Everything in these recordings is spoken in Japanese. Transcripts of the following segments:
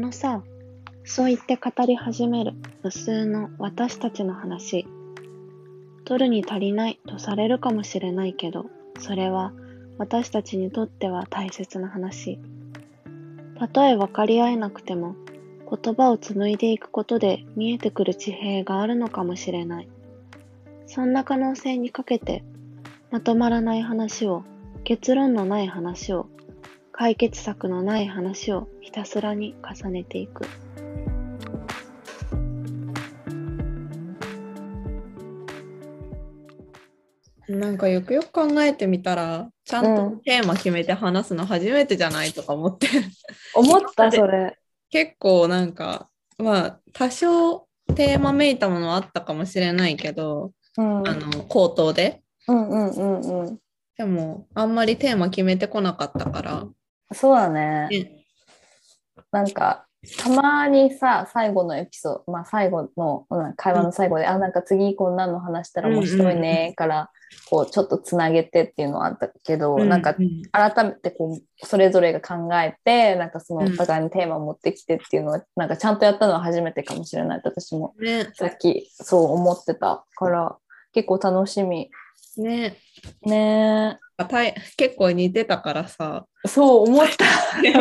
さ、そう言って語り始める無数の私たちの話。取るに足りないとされるかもしれないけど、それは私たちにとっては大切な話。たとえ分かり合えなくても、言葉を紡いでいくことで見えてくる地平があるのかもしれない。そんな可能性にかけて、まとまらない話を、結論のない話を、解決策のない話をひたすらに重ねていく。 なんかよくよく考えてみたら、ちゃんとテーマ決めて話すの初めてじゃないとか思って、 思ったそれ。 結構なんか、まあ多少テーマめいたものはあったかもしれないけど、口頭で。でも、あんまりテーマ決めてこなかったから。 そうだね。 ね。 なんか、たまにさ、最後のエピソード、まあ最後の会話の最後で、なんか次こんなの話したら面白いねから、こうちょっとつなげてっていうのはあったけど、なんか改めてこうそれぞれが考えて、なんかそのお互いのテーマを持ってきてっていうのは、なんかちゃんとやったのは初めてかもしれないって私もさっきそう思ってたから、結構楽しみ。 ね。 ね結構似てたからさ。 そう思った。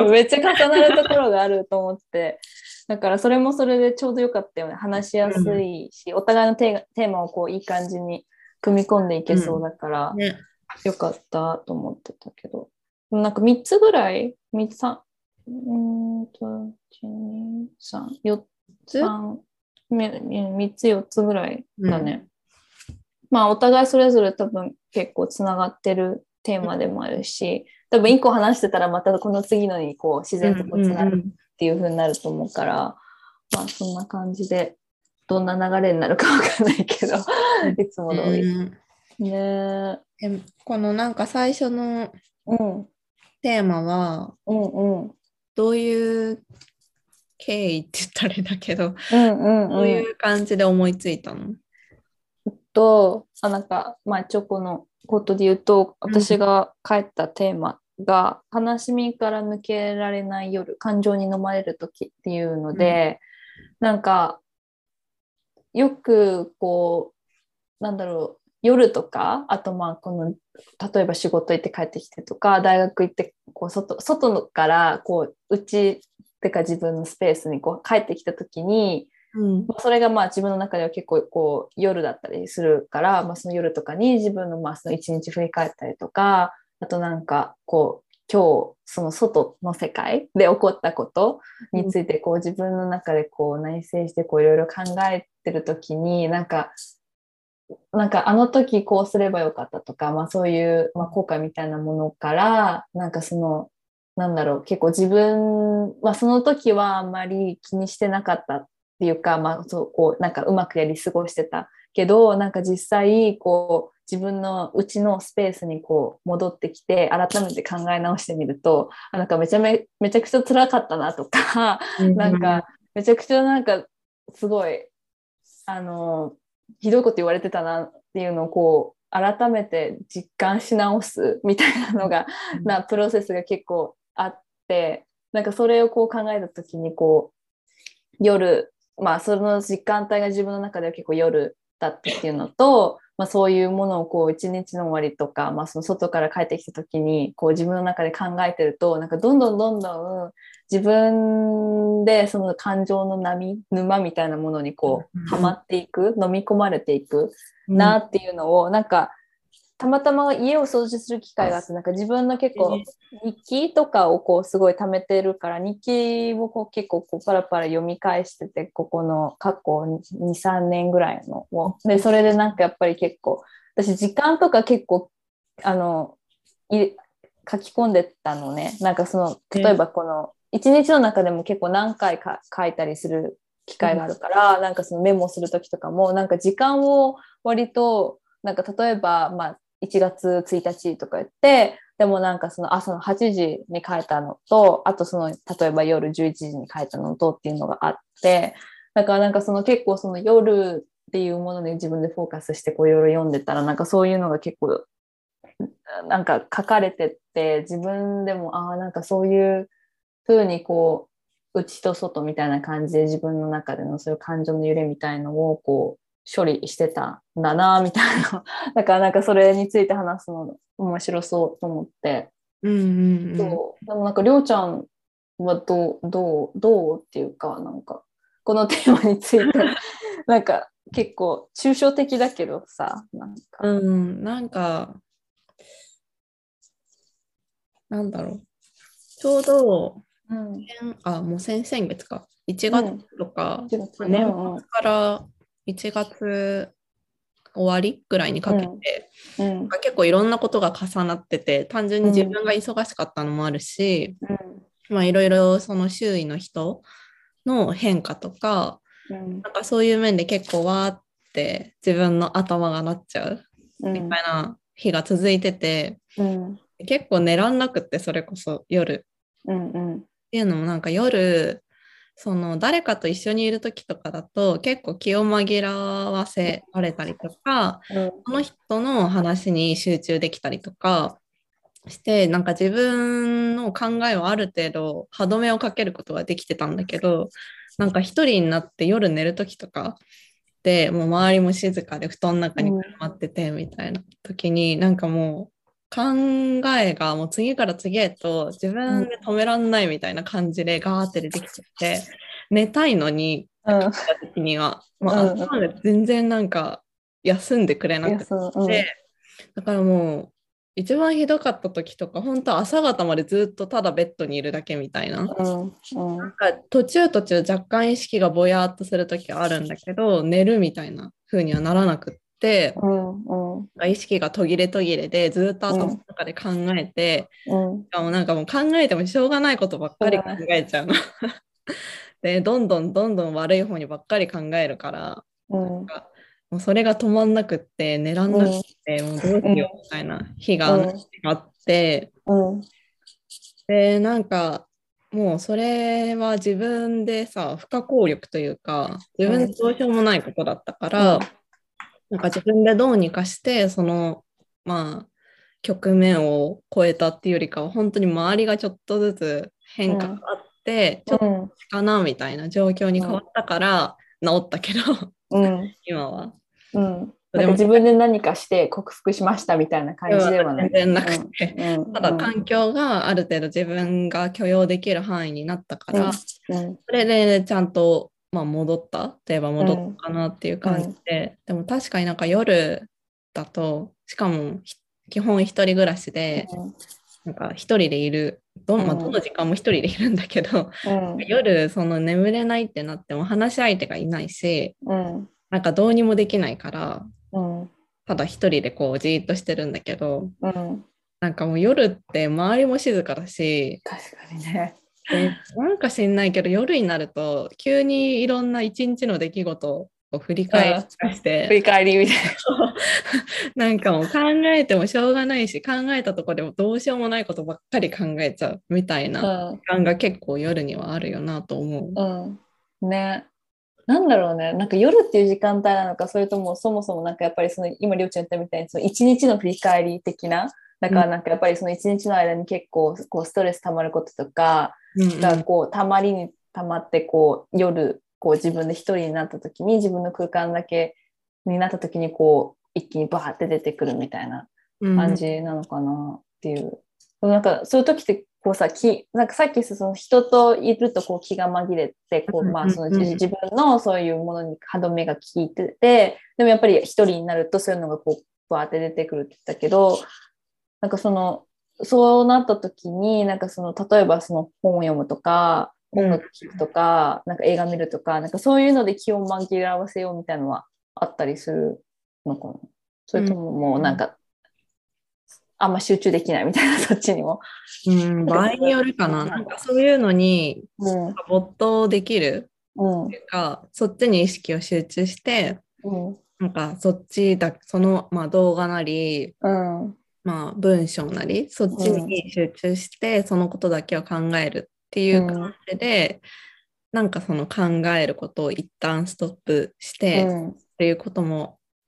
めっちゃ重なるところがあると思って。だからそれもそれでちょうどよかったよね。話しやすいし、お互いのテーマをこういい感じに組み込んでいけそうだから、よかったと思ってたけど。なんか3つぐらい ?3 つ、1、2、3、4つ ?3 つ4つぐらいだね。まあお互いそれぞれ多分結構つながってるテーマでもあるし、多分1個話してたらまたこの次のにこう自然とこうつながるっていう風になると思うから、まあそんな感じでどんな流れになるかわかんないけど、いつも通り。ねえ。このなんか最初のテーマは、どういう経緯って言ったらあれだけど、どういう感じで思いついたの？ なんか、まあ、チョコのことで言うと、私が書いたテーマが、悲しみから抜けられない夜、感情に飲まれる時っていうので、なんか、よくこう、なんだろう、夜とか、あとまあ、この、例えば仕事行って帰ってきてとか、大学行って、こう、外から、こう、ってか自分のスペースにこう帰ってきた時に、それがまあ自分の中では結構こう夜だったりするから、まあ、その夜とかに自分のまあその一日振り返ったりとか、あとなんかこう今日その外の世界で起こったことについてこう自分の中でこう内省してこういろいろ考えてる時になんかあの時こうすればよかったとか、まあ、そういう、まあ、後悔みたいなものからなんかそのなんだろう結構自分はその時はあんまり気にしてなかったっていうか、まあ、そうこうなんかうまくやり過ごしてたけどなんか実際こう自分のうちのスペースにこう戻ってきて改めて考え直してみるとなんかめちゃくちゃ辛かったなとかなんかめちゃくちゃなんかすごいひどいこと言われてたなっていうのをこう改めて実感し直すみたいなのが、プロセスが結構あってなんかそれをこう考えた時にこう夜まあその時間帯が自分の中では結構夜だったっていうのと、まあ、そういうものをこう一日の終わりとか、まあ、その外から帰ってきた時にこう自分の中で考えてるとなんかどんどん自分でその感情の沼みたいなものにこうはまっていく、飲み込まれていくなっていうのをなんかたまたま家を掃除する機会があってなんか自分の結構日記とかをこうすごい貯めてるから日記をこう結構こうパラパラ読み返しててここの過去2、3年ぐらいのをでそれでなんかやっぱり結構私時間とか結構書き込んでたのねなんかその例えばこの一日の中でも結構何回か書いたりする機会があるから、なんかそのメモする時とかもなんか時間を割となんか例えばまあ1月1日とか言ってでもなんかその朝の8時に書いたのとあとその例えば夜11時に書いたのとっていうのがあってだからなんかその結構その夜っていうものに自分でフォーカスしてこういろいろ読んでたらなんかそういうのが結構なんか書かれてって自分でもなんかそういう風にこ内と外みたいな感じで自分の中でのそういう感情の揺れみたいのをこう処理してたんだなみたいなだからなんかそれについて話すの面白そうと思って、そうでもなんかりょうちゃんはどうっていうか、なんかこのテーマについてなんか結構抽象的だけどさ、 なんかなんだろう、ちょうど、もう先々月か、1月とか、年末から1月終わりぐらいにかけて、結構いろんなことが重なってて、単純に自分が忙しかったのもあるし、まあいろいろその周囲の人の変化とか、なんかそういう面で結構わーって自分の頭がなっちゃうみたいな日が続いてて、結構寝らんなくって、それこそ夜。っていうのもなんか夜、その誰かと一緒にいる時とかだと結構気を紛らわせられたりとか、その人の話に集中できたりとかして、なんか自分の考えをある程度歯止めをかけることができてたんだけど、なんか一人になって夜寝る時とかでもう周りも静かで布団の中にくるまっててみたいな時に、なんかもう考えがもう次から次へと自分で止めらんないみたいな感じでガーって出てきてて、寝たいのに、時には、頭が全然なんか休んでくれなくて、だからもう一番ひどかった時とか、本当朝方までずっとただベッドにいるだけみたいな。なんか途中若干意識がぼやっとする時はあるんだけど、寝るみたいな風にはならなくって、意識が途切れ途切れでずっと頭の中で考えて、なんかもう考えてもしょうがないことばっかり考えちゃうの。で、どんどん悪い方にばっかり考えるから、なんかもうそれが止まんなくって寝らんなくて、もうどうしようみたいな日があって、で、なんかもうそれは自分でさ、不可抗力というか、自分でどうしようもないことだったから、なんか自分でどうにかして、その、まあ、局面を超えたっていうよりかは、本当に周りがちょっとずつ変化があって、ちょっとかなみたいな状況に変わったから治ったけど、今は。 なんか自分で何かして克服しましたみたいな感じではない。 全然なくて、ただ環境がある程度自分が許容できる範囲になったから、それでちゃんと、まあ、戻ったといえば戻ったかなっていう感じで、でも確かになんか夜だと、しかも基本一人暮らしで、なんか一人でいる、どの時間も一人でいるんだけど、夜その眠れないってなっても話し相手がいないし、なんかどうにもできないから、ただ一人でこうじーっとしてるんだけど、なんかもう夜って周りも静かだし、 確かにね。 なんか知んないけど夜になると急にいろんな一日の出来事を振り返りして、 振り返りみたいな。なんかもう考えてもしょうがないし、考えたところでもどうしようもないことばっかり考えちゃうみたいな時間が結構夜にはあるよなと思う。ね。なんだろうね、なんか夜っていう時間帯なのか、それともそもそもなんかやっぱりその今りょうちゃん言ったみたいにその一日の振り返り的な、だからなんかやっぱりその一日の間に結構こうストレス溜まることとかがこうたまりにたまってこう夜こう自分で一人になった時に自分の空間だけになった時にこう一気にバーって出てくるみたいな感じなのかなっていう。なんかそういう時ってこうさ、なんかさっきその人といるとこう気が紛れてこう、まあ、その自分のそういうものに歯止めが効いてて、でもやっぱり一人になるとそういうのがこうバーって出てくるって言ったけど、なんかそうなった時になんかその例えばその本を読むとか音楽聴くとか、なんか映画見るとか、なんかそういうので気を紛らわせようみたいなのはあったりするのかな。それとももうなんか、あんま集中できないみたいな、そっちにも。 場合によるかな。なんかそういうのに没頭できるっていうか、そっちに意識を集中して、なんかそっちだ、まあ、動画なり、まあ、文章なり、そっちに集中して、そのことだけを考えるっていう感じで、なんかその考えることを一旦ストップしてっていうことも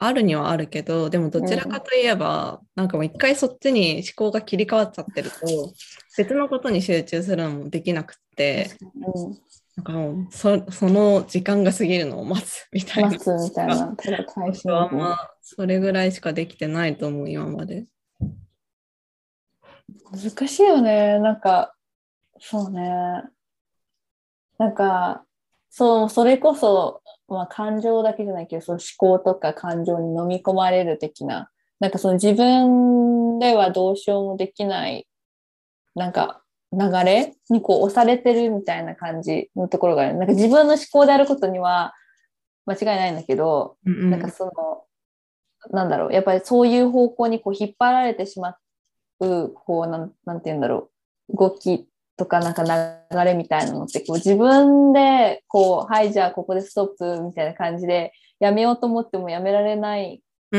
あるにはあるけど、でもどちらかといえば、なんかもう一回そっちに思考が切り替わっちゃってると、別のことに集中するのもできなくて、なんかもうその時間が過ぎるのを待つみたいな。 待つみたいな、ただ耐心あんまそれぐらいしかできてないと思う、今まで。 難しいよね。なんか、そうね。なんか、そう、それこそ、まあ、感情だけじゃないけど、その思考とか感情に飲み込まれる的な、なんかその自分ではどうしようもできない、なんか流れにこう押されてるみたいな感じのところがある。なんか自分の思考であることには間違いないんだけど、なんかその、なんだろう、やっぱりそういう方向にこう引っ張られてしまう、こう、なんて言うんだろう、動きとかなんか流れみたいなのってこう自分でこうはいじゃあここでストップみたいな感じでやめようと思ってもやめられないから、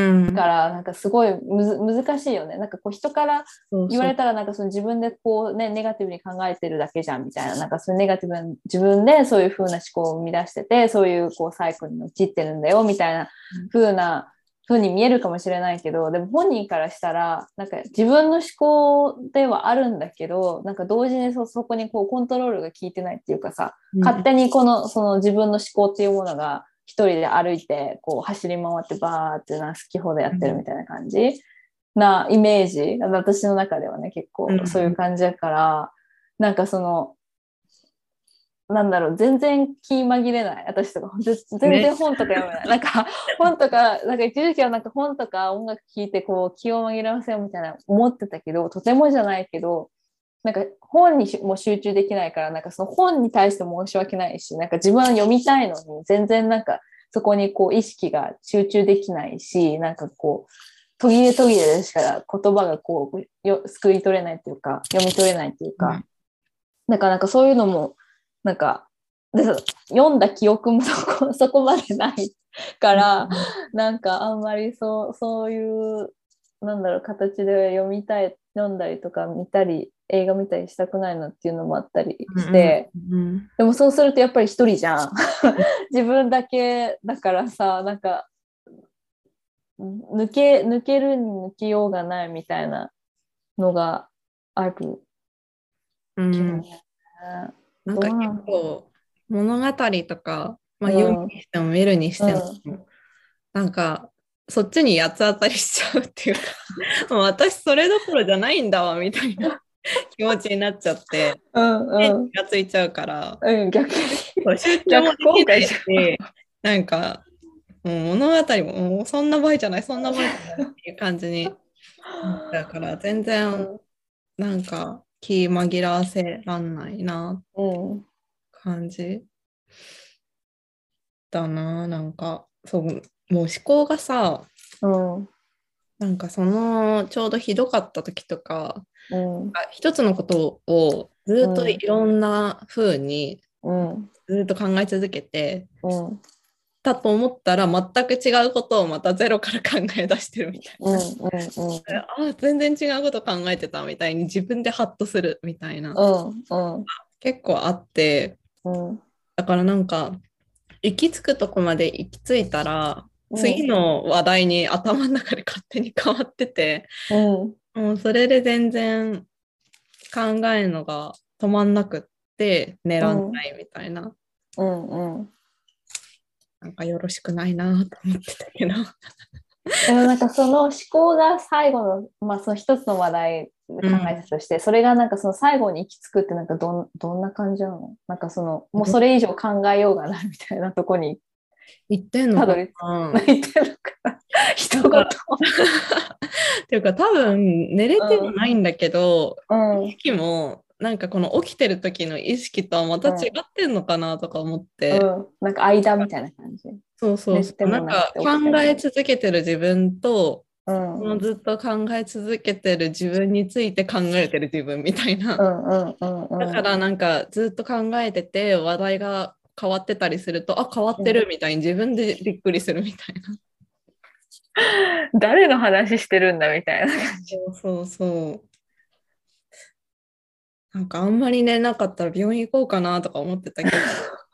なんかすごい難しいよね。なんかこう人から言われたらなんかその自分でこうねネガティブに考えてるだけじゃんみたいな、なんかそういうネガティブな自分でそういう風な思考を生み出しててそういうこうサイクルに陥ってるんだよみたいな風に見えるかもしれないけど、でも本人からしたらなんか自分の思考ではあるんだけど、なんか同時にそこにこうコントロールが効いてないっていうかさ、勝手にその自分の思考っていうものが一人で歩いてこう走り回ってバーって好き放題やってるみたいな感じなイメージ、私の中ではね結構そういう感じだから、なんかそのなんだろう、全然気紛れない私とか全然本とか読めない、なんか本とかなんか一時期はなんか本とか音楽聴いてこう気を紛らわせようみたいな思ってたけど、とてもじゃないけどなんか本にも集中できないから、なんかその本に対して申し訳ないし、なんか自分は読みたいのに全然なんかそこにこう意識が集中できないし、なんかこう途切れ途切れでしか言葉がこうすくい取れないというか読み取れないというか、なんかそういうのもなんかで読んだ記憶もそこまでないから、なんかあんまりそういうなんだろう形で読んだりとか見たり映画見たりしたくないなっていうのもあったりして、でもそうするとやっぱり一人じゃん自分だけだからさ、なんか抜けるに抜けようがないみたいなのがあるけどね。 なんか結構物語とか、まあ、読むにしても見るにしても、なんかそっちに八つ当たりしちゃうっていうかもう私それどころじゃないんだわみたいな気持ちになっちゃって気がついちゃうから、 逆に集中もできないし、なんかもう物語もそんな場合じゃないそんな場合じゃないっていう感じにだから全然なんか気紛らわせらんないな感じだな。なんかそうもう思考がさ、なんかそのちょうどひどかった時とか、一つのことをずっといろんな風にずっと考え続けて、たと思ったら全く違うことをまたゼロから考え出してるみたいな、あ全然違うこと考えてたみたいに自分でハッとするみたいな、結構あって、だからなんか行き着くとこまで行き着いたら、次の話題に頭の中で勝手に変わってて、もうそれで全然考えるのが止まんなくって寝らんないみたいな、なんかよろしくないなと思ってたけどでもなんかその思考が最後の、まあ、その一つの話題考えたとして、それがなんかその最後に行き着くってなんかどんな感じなの？なんかそのもうそれ以上考えようがないみたいなとこに行ってんのかな？ 行ってんのかな人ごとっていうか多分寝れてはないんだけど、意識もなんかこの起きてる時の意識とはまた違ってんのかなとか思って、 なんか間みたいな感じ。 そうなんか考え続けてる自分と、ずっと考え続けてる自分について考えてる自分みたいな、だからなんかずっと考えてて話題が変わってたりすると、あ変わってるみたいに自分でびっくりするみたいな、 誰の話してるんだみたいな感じ。 そうなんかあんまり寝なかったら病院行こうかなとか思ってたけど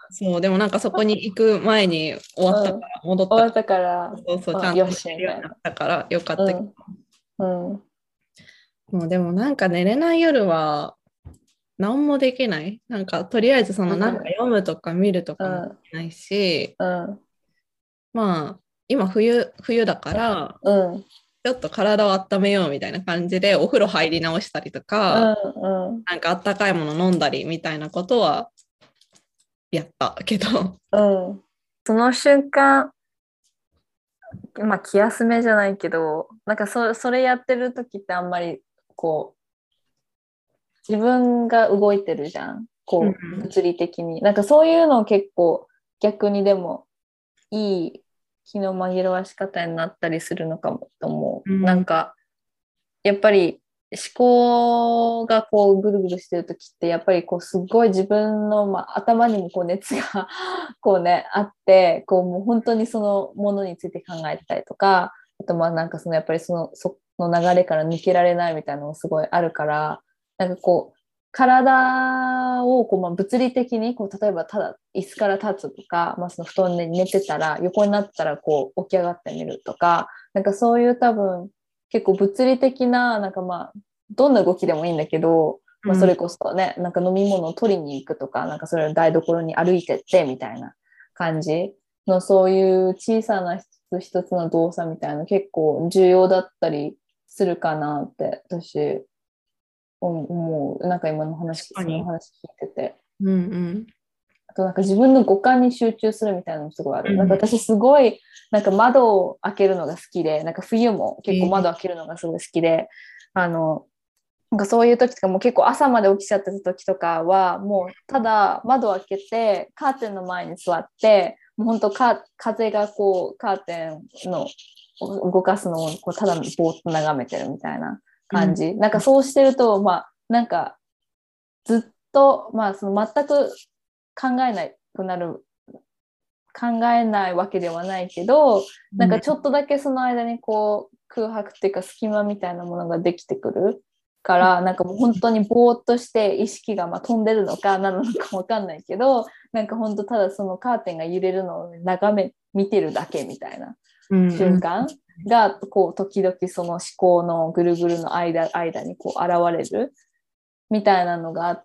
そう、でもなんかそこに行く前に終わったから、戻った終わったから、 そうそう、ちゃんとよしみ寝れるようになたいな。 ったからよかったけど。 うん。 もうでもなんか寝れない夜は何もできない。なんかとりあえずそのなんか読むとか見るとかもできないし、まあ今冬だから、ちょっと体を温めようみたいな感じでお風呂入り直したりとか、なんかあったかいもの飲んだりみたいなことはやったけど。 その瞬間、まあ気休めじゃないけど、なんかそれやってる時ってあんまりこう自分が動いてるじゃん、こう物理的に。なんかそういうの結構逆にでもいい気の紛らわし方になったりするのかもと思う。なんかやっぱり思考がこうぐるぐるしてる時ってやっぱりこうすごい自分の、頭にもこう熱がこうねあってこうもう本当にそのものについて考えてたりとか、あとなんかそのやっぱりその流れから抜けられないみたいなのがすごいあるから、なんかこう体をこう物理的にこう例えばただ椅子から立つとか、その布団で寝てたら横になったらこう起き上がってみるとか、なんかそういう多分結構物理的な、なんかどんな動きでもいいんだけど、それこそね、なんか飲み物を取りに行くとか、なんかそれを台所に歩いてってみたいな感じの、そういう小さな一つ一つの動作みたいな結構重要だったりするかなって私思う。なんか今の話、その話聞いてて。あとなんか自分の五感に集中するみたいなのもすごいある。なんか私すごいなんか窓を開けるのが好きで、なんか冬も結構窓開けるのがすごい好きで、なんかそういう時とかも結構朝まで起きちゃってた時とかはもうただ窓を開けてカーテンの前に座ってもう本当風がこうカーテンの動かすのをこうただぼーっと眺めてるみたいな感じ、なんかそうしてるとなんかずっとその全く考えないくなる考えないわけではないけど、なんかちょっとだけその間にこう空白っていうか隙間みたいなものができてくるから、なんかもう本当にぼーっとして意識が飛んでるのか何なのか分かんないけど、なんか本当ただそのカーテンが揺れるのを見てるだけみたいな瞬間がこう時々その思考のぐるぐるの間にこう現れるみたいなのがあって、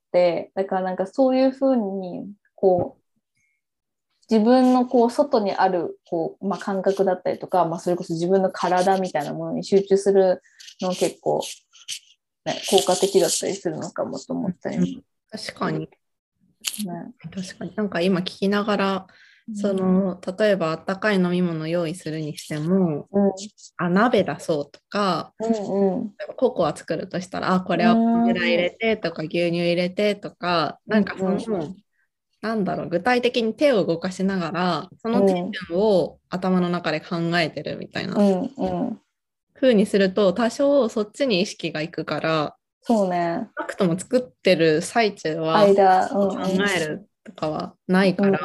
だからなんかそういうふうにこう自分のこう外にあるこう、感覚だったりとか、それこそ自分の体みたいなものに集中するの結構、ね、効果的だったりするのかもと思ったり、 確かに、確かになんか今聞きながら、その例えばあったかい飲み物を用意するにしても、鍋出そうとか、ココア作るとしたらこれをこれぐらい入れてとか牛乳入れてとか、なんかその、なんだろう、具体的に手を動かしながらその手順を頭の中で考えてるみたいな風にすると多少そっちに意識がいくから、 そうね、 なくとも作ってる最中は考えるとかはないから、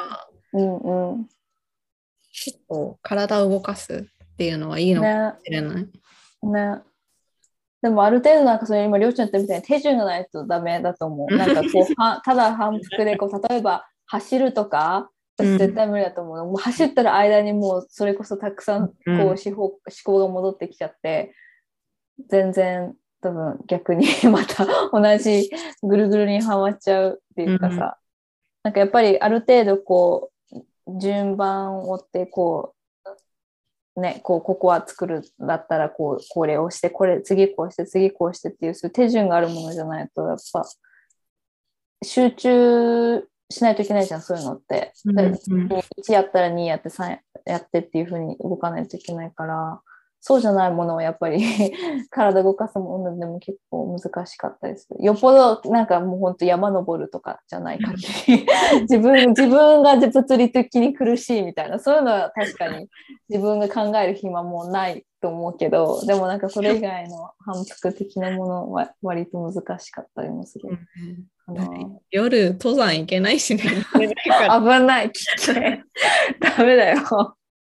結構体を動かすっていうのはいいのかもしれない。 ね。でもある程度なんかそれ今りょうちゃん言ったみたいに手順がないとダメだと思う。なんかこうただ反復でこう例えば走るとか私絶対無理だと思う。もう走ってる間にもうそれこそたくさんこう思考が戻ってきちゃって全然多分逆にまた同じぐるぐるにはまっちゃうっていうかさ、なんかやっぱりある程度こう順番を追ってこうね、こうココア作るだったらこれをして次こうして次こうしてっていうそういう手順があるものじゃないとやっぱ集中しないといけないじゃん、そういうのって。1やったら2やって3やってっていう風に動かないといけないから、そうじゃないものをやっぱり体動かすものでも結構難しかったりする。よっぽどなんかもうほんと山登るとかじゃない限り自分が物理的に苦しいみたいな、そういうのは確かに自分が考える暇もないと思うけど、でもなんかそれ以外の反復的なものは割と難しかったりもする。 夜登山行けないしね。 危ない、危険。ダメだよ。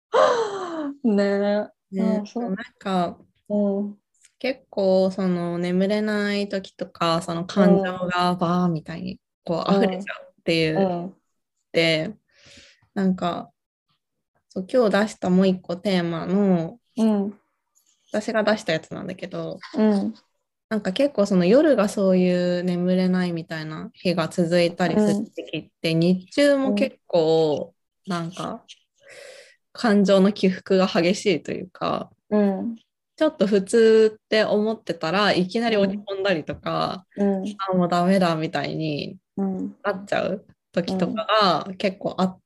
ねえ。 なんか、結構その眠れない時とかその感情がバーみたいにこう溢れちゃうっていうなんかそう今日出したもう一個テーマの、私が出したやつなんだけど、なんか結構その夜がそういう眠れないみたいな日が続いたりする時って、日中も結構なんか感情の起伏が激しいというか、ちょっと普通って思ってたらいきなり落ち込んだりとか、あ、もうダメだみたいになっちゃう時とかが結構あって、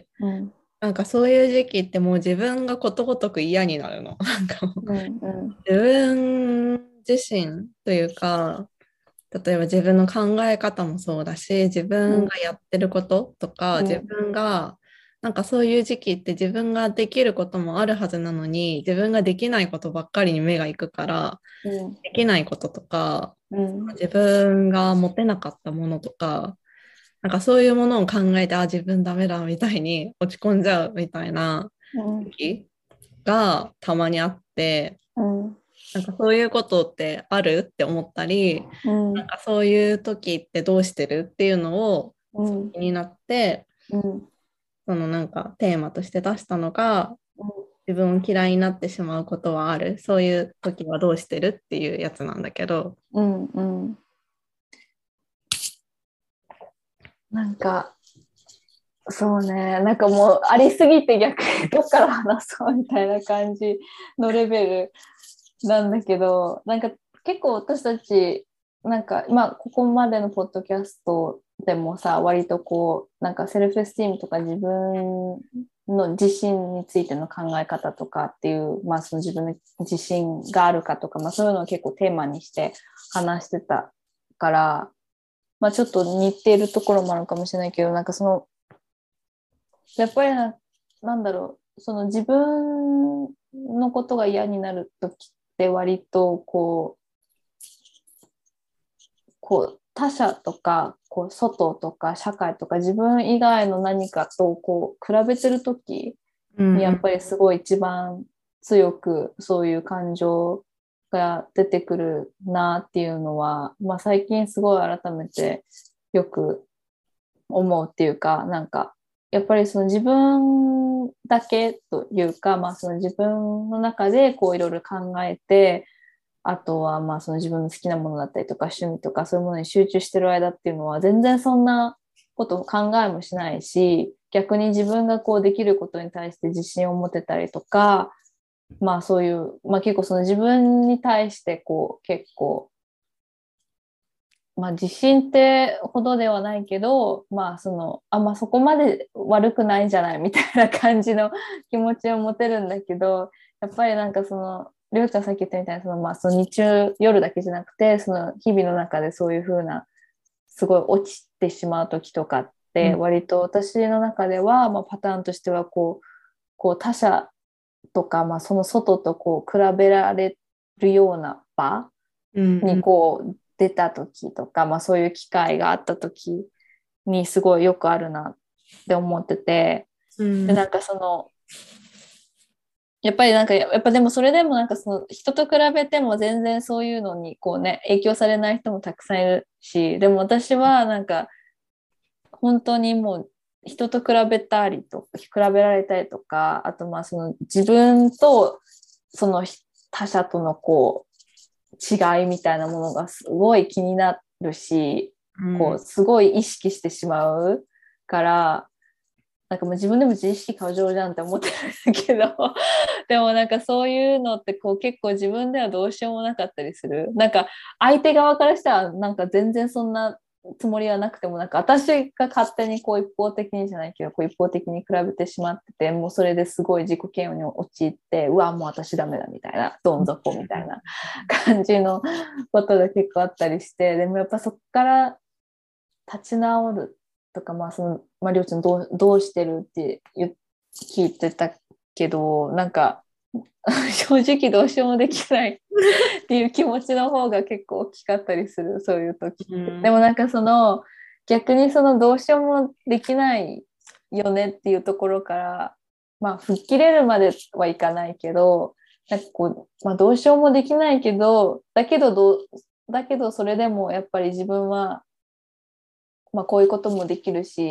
なんかそういう時期ってもう自分がことごとく嫌になるの。なんかもう自分自身というか、例えば自分の考え方もそうだし、自分がやってることとか、自分がなんかそういう時期って自分ができることもあるはずなのに、自分ができないことばっかりに目が行くから、できないこととか、自分が持てなかったものとか、なんかそういうものを考えて、あ、自分ダメだみたいに落ち込んじゃうみたいな時がたまにあって、なんかそういうことってあるって思ったり、なんかそういう時ってどうしてるっていうのを気になって、そのなんかテーマとして出したのが、自分を嫌いになってしまうことはある、そういう時はどうしてるっていうやつなんだけど、 なんかそうね、なんかもうありすぎて逆にどっから話そうみたいな感じのレベルなんだけど、なんか結構私たちなんかここまでのポッドキャストでもさ、割とこうなんかセルフエスティームとか自分の自信についての考え方とかっていう、その自分の自信があるかとか、そういうのを結構テーマにして話してたから、ちょっと似ているところもあるかもしれないけど、なんかそのやっぱりなんだろう、その自分のことが嫌になる時って割とこう他者とかこう外とか社会とか自分以外の何かとこう比べてる時にやっぱりすごい一番強くそういう感情が出てくるなっていうのは、最近すごい改めてよく思うっていうか、なんかやっぱりその自分だけというか、その自分の中でこういろいろ考えて、あとはその自分の好きなものだったりとか趣味とかそういうものに集中してる間っていうのは全然そんなことを考えもしないし、逆に自分がこうできることに対して自信を持てたりとか、そういう、結構その自分に対してこう結構自信ってほどではないけど、そこまで悪くないんじゃないみたいな感じの気持ちを持てるんだけど、やっぱりなんかそのりょうちゃんさっき言ったみたいなその日中夜だけじゃなくて、その日々の中でそういう風なすごい落ちてしまう時とかって割と私の中では、パターンとしてはこう他者とか、その外とこう比べられるような場にこう出た時とか、そういう機会があった時にすごいよくあるなって思ってて、でなんかそのやっぱりなんかやっぱでもそれでもなんかその人と比べても全然そういうのにこうね影響されない人もたくさんいるし、でも私はなんか本当にもう人と比べたりとか比べられたりとか、あとその自分とその他者とのこう違いみたいなものがすごい気になるし、こうすごい意識してしまうから、なんかもう自分でも自意識過剰じゃんって思ってるんだけどでもなんかそういうのってこう結構自分ではどうしようもなかったりする。なんか相手側からしたらなんか全然そんなつもりはなくても、なんか私が勝手にこう一方的にじゃないけどこう一方的に比べてしまってて、もうそれですごい自己嫌悪に陥って、うわもう私ダメだみたいな、どん底みたいな感じのことが結構あったりして、でもやっぱそこから立ち直るとか、そのりょうちゃんどうしてるって聞いてたけど、なんか正直どうしようもできないっていう気持ちの方が結構大きかったりする、そういう時って。でもなんかその逆にそのどうしようもできないよねっていうところから、吹っ切れるまではいかないけど、なんかこう、どうしようもできないけど、だけどそれでもやっぱり自分は、こういうこともできるし、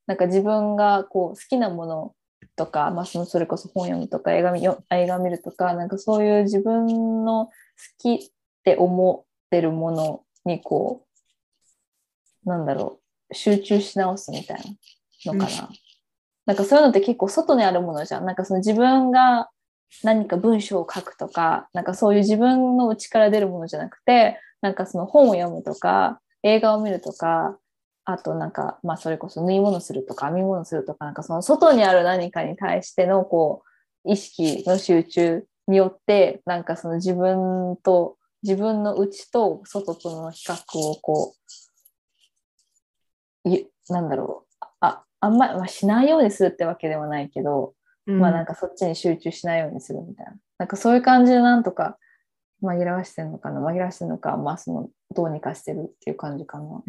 なんか自分がこう好きなものとか、まあ、それこそ本読むとか映画見るとか、なんかそういう自分の好きって思ってるものにこう、なんだろう、集中し直すみたいなのかな。なんかそういうのって結構外にあるものじゃん。なんかその自分が何か文章を書くとか、なんかそういう自分の内から出るものじゃなくて、なんかその本を読むとか、映画を見るとか、あとなんか、まあそれこそ縫い物するとか編み物するとか、なんかその外にある何かに対してのこう、意識の集中によって、なんかその自分の内と外との比較をこう、なんだろう、あんまり、まあ、しないようにするってわけではないけど、まあなんかそっちに集中しないようにするみたいな。なんかそういう感じでなんとか紛らわしてるのかな、紛らわしてるのか、まあそのどうにかしてるっていう感じかな。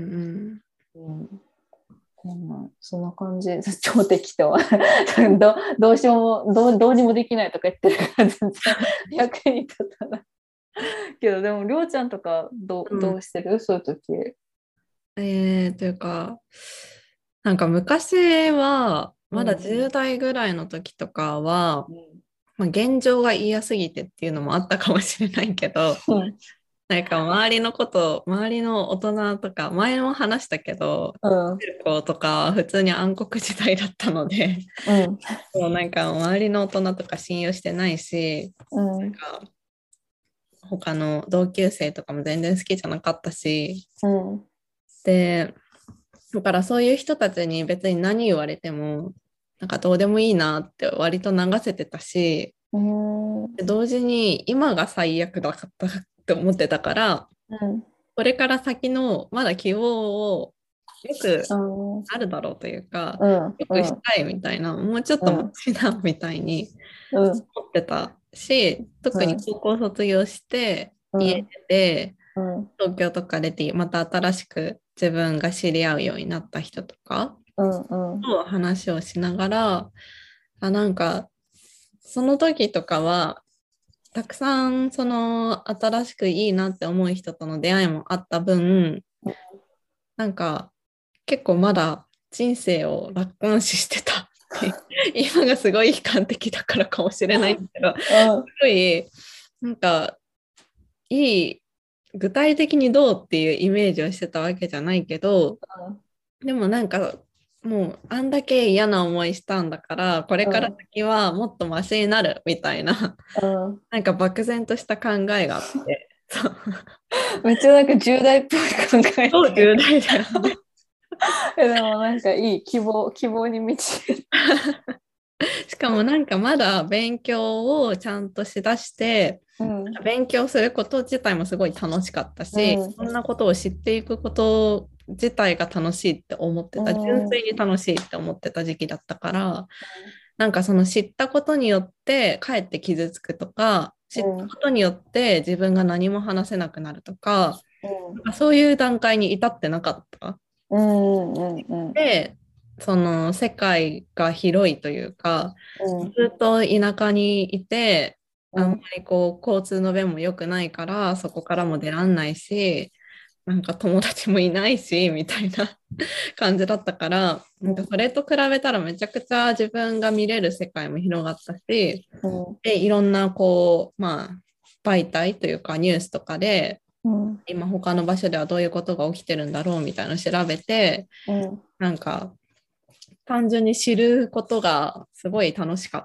そんな感じ、超適当どうしようもどうにもできないとか言ってるから全然役に立たないけど、でもりょうちゃんとかどうしてる、そういう時。 というか、なんか昔はまだ10代ぐらいの時とかは、まあ、現状が嫌すぎてっていうのもあったかもしれないけど、なんか周りの大人とか、前も話したけど、子とか普通に暗黒時代だったので、もうなんか周りの大人とか信用してないし、なんか他の同級生とかも全然好きじゃなかったし、で、だからそういう人たちに別に何言われても、なんかどうでもいいなって割と流せてたし、同時に今が最悪だったって思ってたから、これから先のまだ希望をよくあるだろうというか、よくしたいみたいな、もうちょっとマシなみたいに思ってたし、特に高校卒業して家出て、東京とか出てまた新しく自分が知り合うようになった人とかと話をしながら、なんかその時とかはたくさんその新しくいいなって思う人との出会いもあった分、なんか結構まだ人生を楽観視してた今がすごい悲観的だからかもしれないんだけど、すごいなんかいい具体的にどうっていうイメージをしてたわけじゃないけど、でもなんかもうあんだけ嫌な思いしたんだからこれから先はもっとマシになるみたいな、なんか漠然とした考えがあってめっちゃなんか重大っぽい考えそう重大だよねでもなんかいい希望に満ちてるしかもなんかまだ勉強をちゃんとしだして、勉強すること自体もすごい楽しかったし、そんなことを知っていくこと自体が楽しいって思ってた、純粋に楽しいって思ってた時期だったから、なんかその知ったことによってかえって傷つくとか、知ったことによって自分が何も話せなくなるとか、なんかそういう段階に至ってなかった。で、その世界が広いというか、ずっと田舎にいて、あんまりこう交通の便も良くないからそこからも出らんないし、なんか友達もいないしみたいな感じだったから、なんかそれと比べたらめちゃくちゃ自分が見れる世界も広がったし、でいろんなこう、まあ、媒体というかニュースとかで、今他の場所ではどういうことが起きてるんだろうみたいなのを調べて、なんか単純に知ることがすごい楽しかった、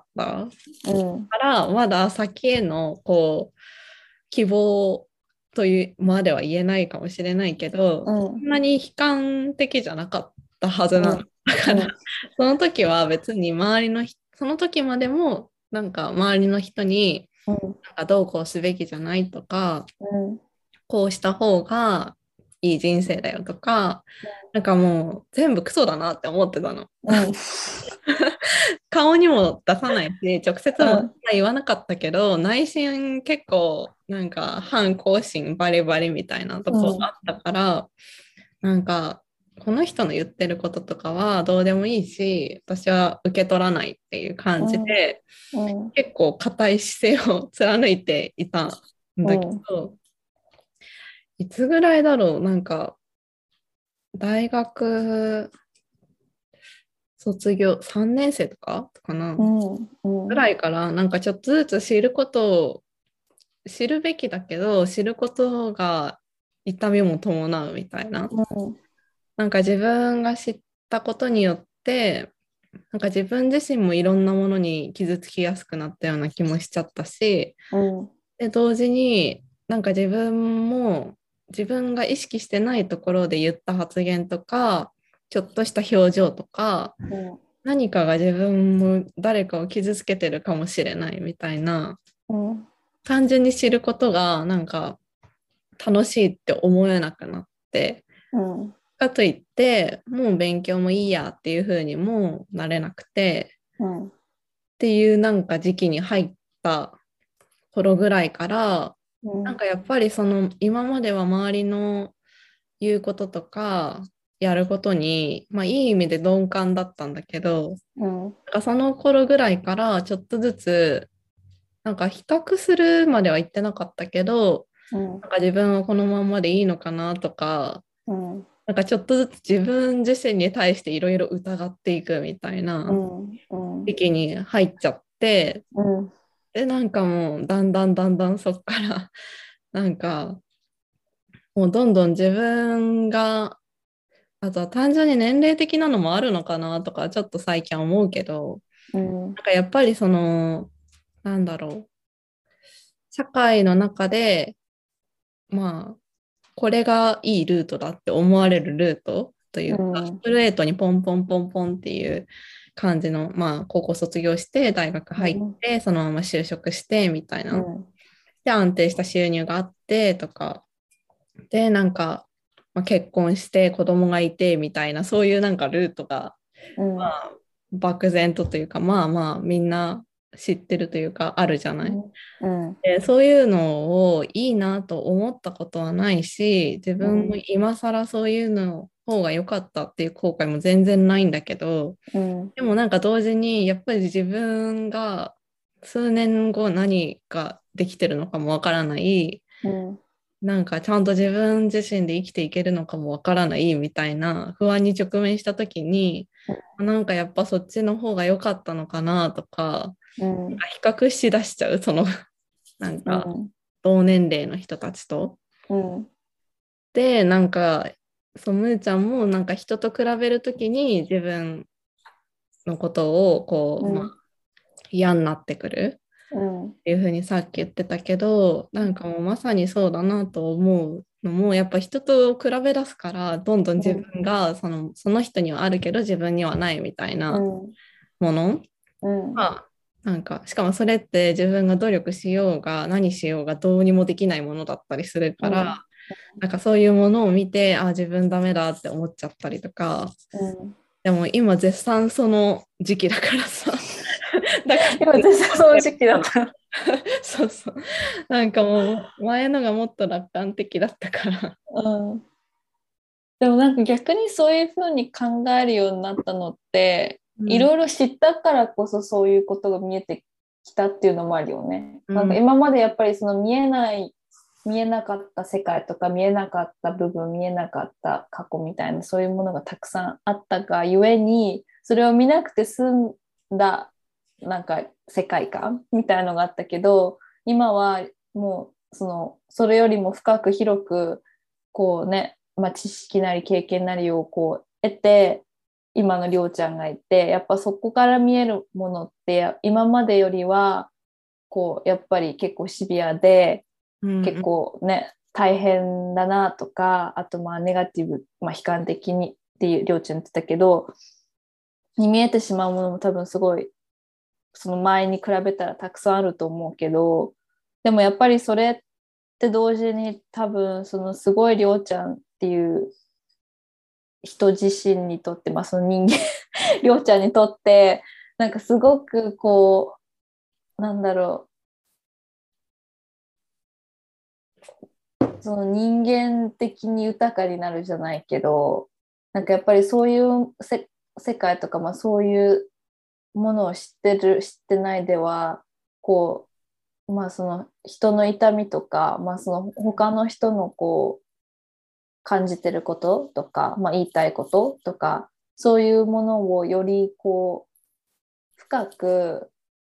からまだ先へのこう希望というまでは言えないかもしれないけど、そんなに悲観的じゃなかったはずなの、だからその時は別にその時までもなんか周りの人になんかどうこうすべきじゃないとか、こうした方がいい人生だよとか、なんかもう全部クソだなって思ってたの。顔にも出さないし、直接も言わなかったけど、内心結構なんか反抗心バリバリみたいなとこがあったから、なんかこの人の言ってることとかはどうでもいいし、私は受け取らないっていう感じで、結構固い姿勢を貫いていたんだけど、いつぐらいだろう、なんか大学卒業3年生とかかな、ぐらいからなんかちょっとずつ知ることを知るべきだけど知ることが痛みも伴うみたいな、なんか自分が知ったことによってなんか自分自身もいろんなものに傷つきやすくなったような気もしちゃったし、で同時になんか自分も自分が意識してないところで言った発言とかちょっとした表情とか、何かが自分も誰かを傷つけてるかもしれないみたいな、単純に知ることがなんか楽しいって思えなくなって、かといってもう勉強もいいやっていう風にもなれなくて、っていうなんか時期に入った頃ぐらいから、なんかやっぱりその今までは周りの言うこととかやることに、まあ、いい意味で鈍感だったんだけど、なんかその頃ぐらいからちょっとずつなんか比較するまでは言ってなかったけど、なんか自分はこのまんまでいいのかなとか、なんかちょっとずつ自分自身に対していろいろ疑っていくみたいな時期に入っちゃって、でなんかもうだんだんだんだんそっからなんかもうどんどん自分が、あとは単純に年齢的なのもあるのかなとかちょっと最近は思うけど、なんかやっぱりそのなんだろう、社会の中でまあこれがいいルートだって思われるルートというか、ストレートにポンポンポンポンっていう感じの、まあ高校卒業して大学入ってそのまま就職してみたいな、で安定した収入があってとかでなんか、まあ、結婚して子供がいてみたいな、そういうなんかルートが、まあ、漠然とというかまあまあみんな知ってるというかあるじゃない。でそういうのをいいなと思ったことはないし、自分も今更そういうの方が良かったっていう後悔も全然ないんだけど、でもなんか同時にやっぱり自分が数年後何ができてるのかもわからない、なんかちゃんと自分自身で生きていけるのかもわからないみたいな不安に直面した時に、なんかやっぱそっちの方が良かったのかなとか、なんか比較しだしちゃう、そのなんか同年齢の人たちと。でなんかむーちゃんもなんか人と比べる時に自分のことをこう、まあ、嫌になってくるっていうふうにさっき言ってたけど、なんかもうまさにそうだなと思うのもやっぱ人と比べ出すからどんどん自分がその人にはあるけど自分にはないみたいなものが、なんかしかもそれって自分が努力しようが何しようがどうにもできないものだったりするから、なんかそういうものを見て自分ダメだって思っちゃったりとか、でも今絶賛その時期だからさだから今絶賛その時期だったそうそう、なんかもう前のがもっと楽観的だったからでもなんか逆にそういうふうに考えるようになったのっていろいろ知ったからこそそういうことが見えてきたっていうのもあるよね。なんか今までやっぱりその見えなかった世界とか見えなかった部分、見えなかった過去みたいなそういうものがたくさんあったがゆえに、それを見なくて済んだなんか世界観みたいなのがあったけど、今はもうそれよりも深く広くこうね、まあ、知識なり経験なりをこう得て今のりょうちゃんがいて、やっぱそこから見えるものって今までよりはこうやっぱり結構シビアで、結構ね大変だなとか、あとまあネガティブ、まあ、悲観的にっていうりょうちゃん言ってたけどに見えてしまうものも多分すごいその前に比べたらたくさんあると思うけど、でもやっぱりそれって同時に多分そのすごいりょうちゃんっていう人自身にとって、まあ、その人間りょうちゃんにとってなんかすごくこうなんだろう、その人間的に豊かになるじゃないけど、なんかやっぱりそういう世界とか、まあ、そういうものを知ってる知ってないではこう、まあ、その人の痛みとか、まあ、その他の人のこう感じてることとか、まあ、言いたいこととかそういうものをよりこう深く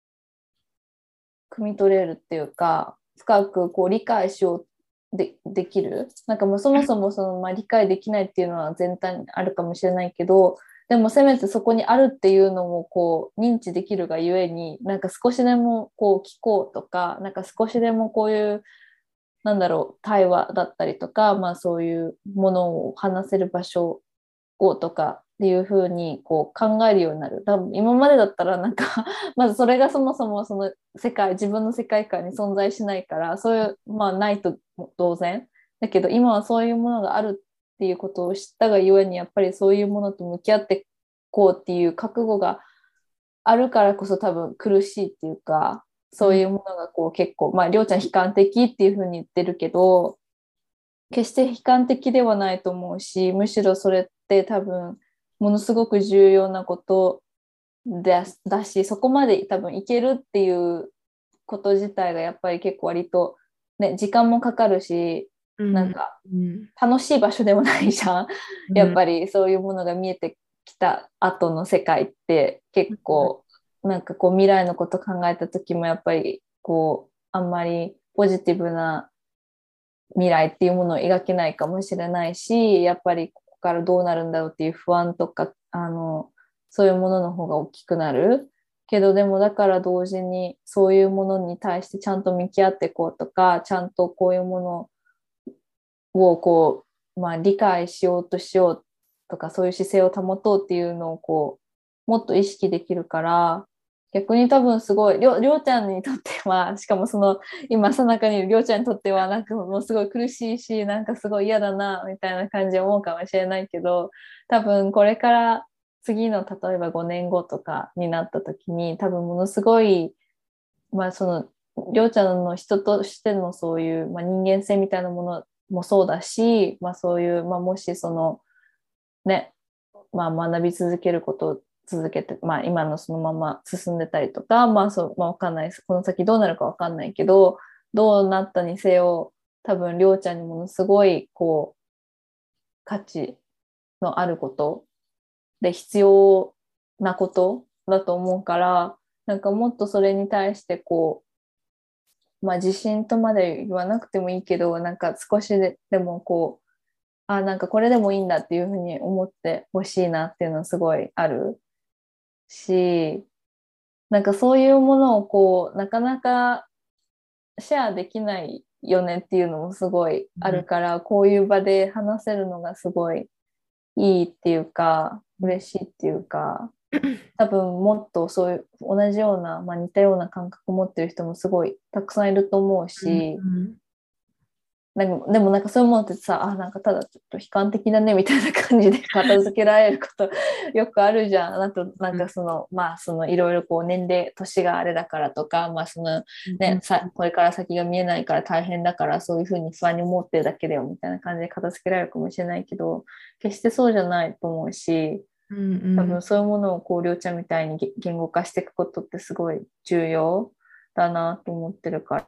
汲み取れるっていうか、深くこう理解しようできる。なんかもうそもそも理解できないっていうのは全体にあるかもしれないけど、でもせめてそこにあるっていうのをこう認知できるがゆえに、なんか少しでもこう聞こうとか、なんか少しでもこういうなんだろう対話だったりとか、そういうものを話せる場所をとかっていうふうにこう考えるようになる。多分今までだったらなんかまずそれがそもそもその自分の世界観に存在しないから、そういうないと同然だけど、今はそういうものがあるっていうことを知ったがゆえに、やっぱりそういうものと向き合っていこうっていう覚悟があるからこそ多分苦しいっていうか、そういうものがこう結構りょうちゃん悲観的っていうふうに言ってるけど、決して悲観的ではないと思うし、むしろそれって多分ものすごく重要なことだし、そこまで多分いけるっていうこと自体がやっぱり結構割と、ね、時間もかかるし、なんか楽しい場所でもないじゃん。やっぱりそういうものが見えてきた後の世界って結構なんかこう未来のこと考えた時もやっぱりこうあんまりポジティブな未来っていうものを描けないかもしれないし、やっぱりここからどうなるんだろうっていう不安とかそういうものの方が大きくなるけど、でもだから同時にそういうものに対してちゃんと向き合っていこうとか、ちゃんとこういうものをこう、理解しようとしようとか、そういう姿勢を保とうっていうのをこうもっと意識できるから、逆に多分すごいりょうちゃんにとっては、しかもその今その中にいるりょうちゃんにとってはなんかもうすごい苦しいし、なんかすごい嫌だなみたいな感じで思うかもしれないけど、多分これから次の例えば5年後とかになった時に、多分ものすごいそのりょうちゃんの人としてのそういう、人間性みたいなものもそうだし、そういう、もしそのね、学び続けることを続けて、今のそのまま進んでたりとか、わかんないです。この先どうなるかわかんないけど、どうなったにせよ、多分りょうちゃんにものすごいこう価値のあることで必要なことだと思うから、なんかもっとそれに対してこう、自信とまで言わなくてもいいけど、なんか少しでもこう、なんかこれでもいいんだっていうふうに思ってほしいなっていうのはすごいあるし、なんかそういうものをこうなかなかシェアできないよねっていうのもすごいあるから、こういう場で話せるのがすごいいいっていうか嬉しいっていうか、多分もっとそういう同じような、似たような感覚を持ってる人もすごいたくさんいると思うし、でもなんかそういうものってさ、なんかただちょっと悲観的だねみたいな感じで片付けられることよくあるじゃん。あとなんかそのいろいろこう年齢年があれだからとか、そのね、これから先が見えないから大変だからそういうふうに不安に思ってるだけだよみたいな感じで片付けられるかもしれないけど、決してそうじゃないと思うし、多分そういうものをこうりょうちゃんみたいに言語化していくことってすごい重要だなと思ってるから。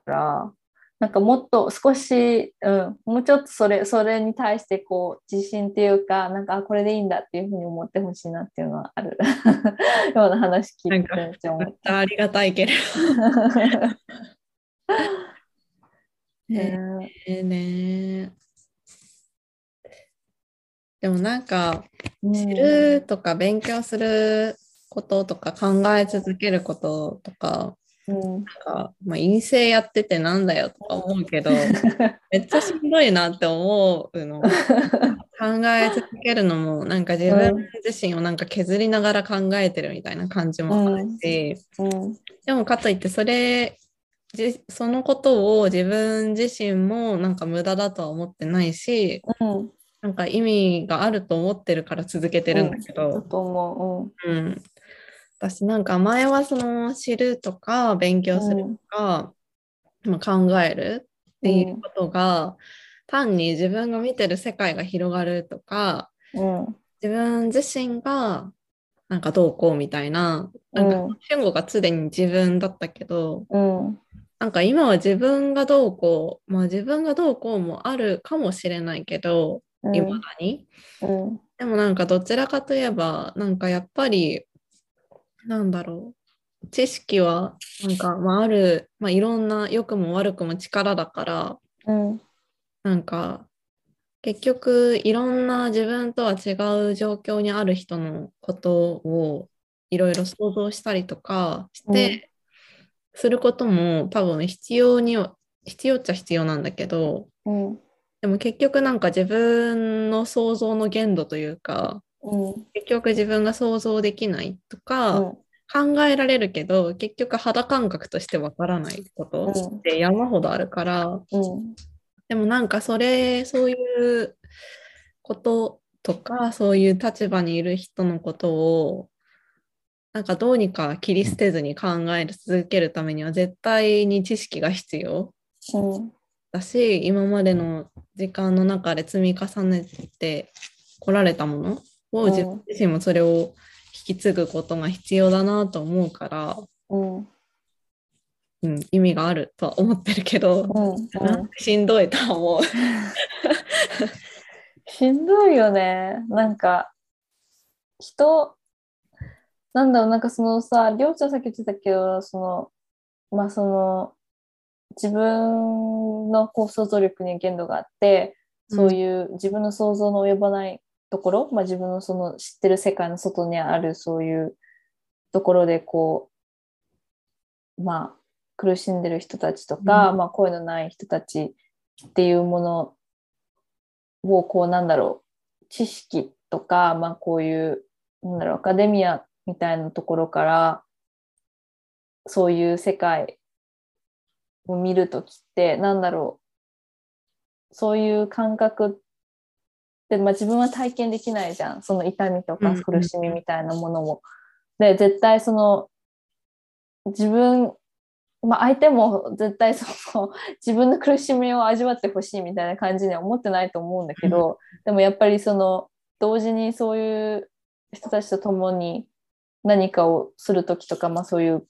なんかもっと少し、もうちょっとそれに対してこう自信っていうか、なんかこれでいいんだっていうふうに思ってほしいなっていうのはあるような話聞いてめっちゃ思った。 ありがたいけどでもなんか知るとか勉強することとか考え続けることとか、なんか陰性やっててなんだよとか思うけど、めっちゃしんどいなって思うの。考え続けるのもなんか自分自身をなんか削りながら考えてるみたいな感じもあるし、でもかといってそのことを自分自身もなんか無駄だとは思ってないし、なんか意味があると思ってるから続けてるんだけど、私なんか前はその知るとか勉強するとか、考えるっていうことが、単に自分が見てる世界が広がるとか、自分自身がなんかどうこうみたいな、なんか主語が常に自分だったけど、なんか今は自分がどうこう、自分がどうこうもあるかもしれないけど、未だに。ででもなんかどちらかといえば、なんかやっぱり、なんだろう。知識は、なんか、ある、いろんな良くも悪くも力だから、 うん。 なんか、結局、いろんな自分とは違う状況にある人のことをいろいろ想像したりとかしうん。 て、することも多分必要っちゃ必要なんだけど、 うん。 でも結局なんか自分の想像の限度というか、 うん。 結局自分が想像できないとか、 うん。 考えられるけど、結局肌感覚としてわからないことっうん。 て山ほどあるから、 うん。 でもなんかそういうこととか、そういう立場にいる人のことを、なんかどうにか切り捨てずに考え続けるためには絶対に知識が必要うん。 だし、今までの時間の中で積み重ねてこられたものを自分うん。 自身もそれを引き継ぐことが必要だなと思うから、 うん。 意味があるとは思ってるけど、 うん。うん。 しんどいとは思う。 しんどいよね。なんか、人、なんだろう、なんかそのさ、りょうちゃんさっき言ってたけど、その、自分のこう想像力に限度があって、 うん、 そういう自分の想像の及ばないところ、自分のその知ってる世界の外にあるそういうところでこう、苦しんでる人たちとうん、 か、声のない人たちっていうものをこうなんだろう、知識とか、こういうなんだろう、アカデミアみたいなところからそういう世界を見るときってなんだろう、そういう感覚って、自分は体験できないじゃん、その痛みとかうん、うん、 苦しみみたいなものも。で絶対その自分、相手も絶対その自分の苦しみを味わってほしいみたいな感じには思ってないと思うんだけど、でもやっぱりその同時にそういう人たちと共に何かをする時とか、そういう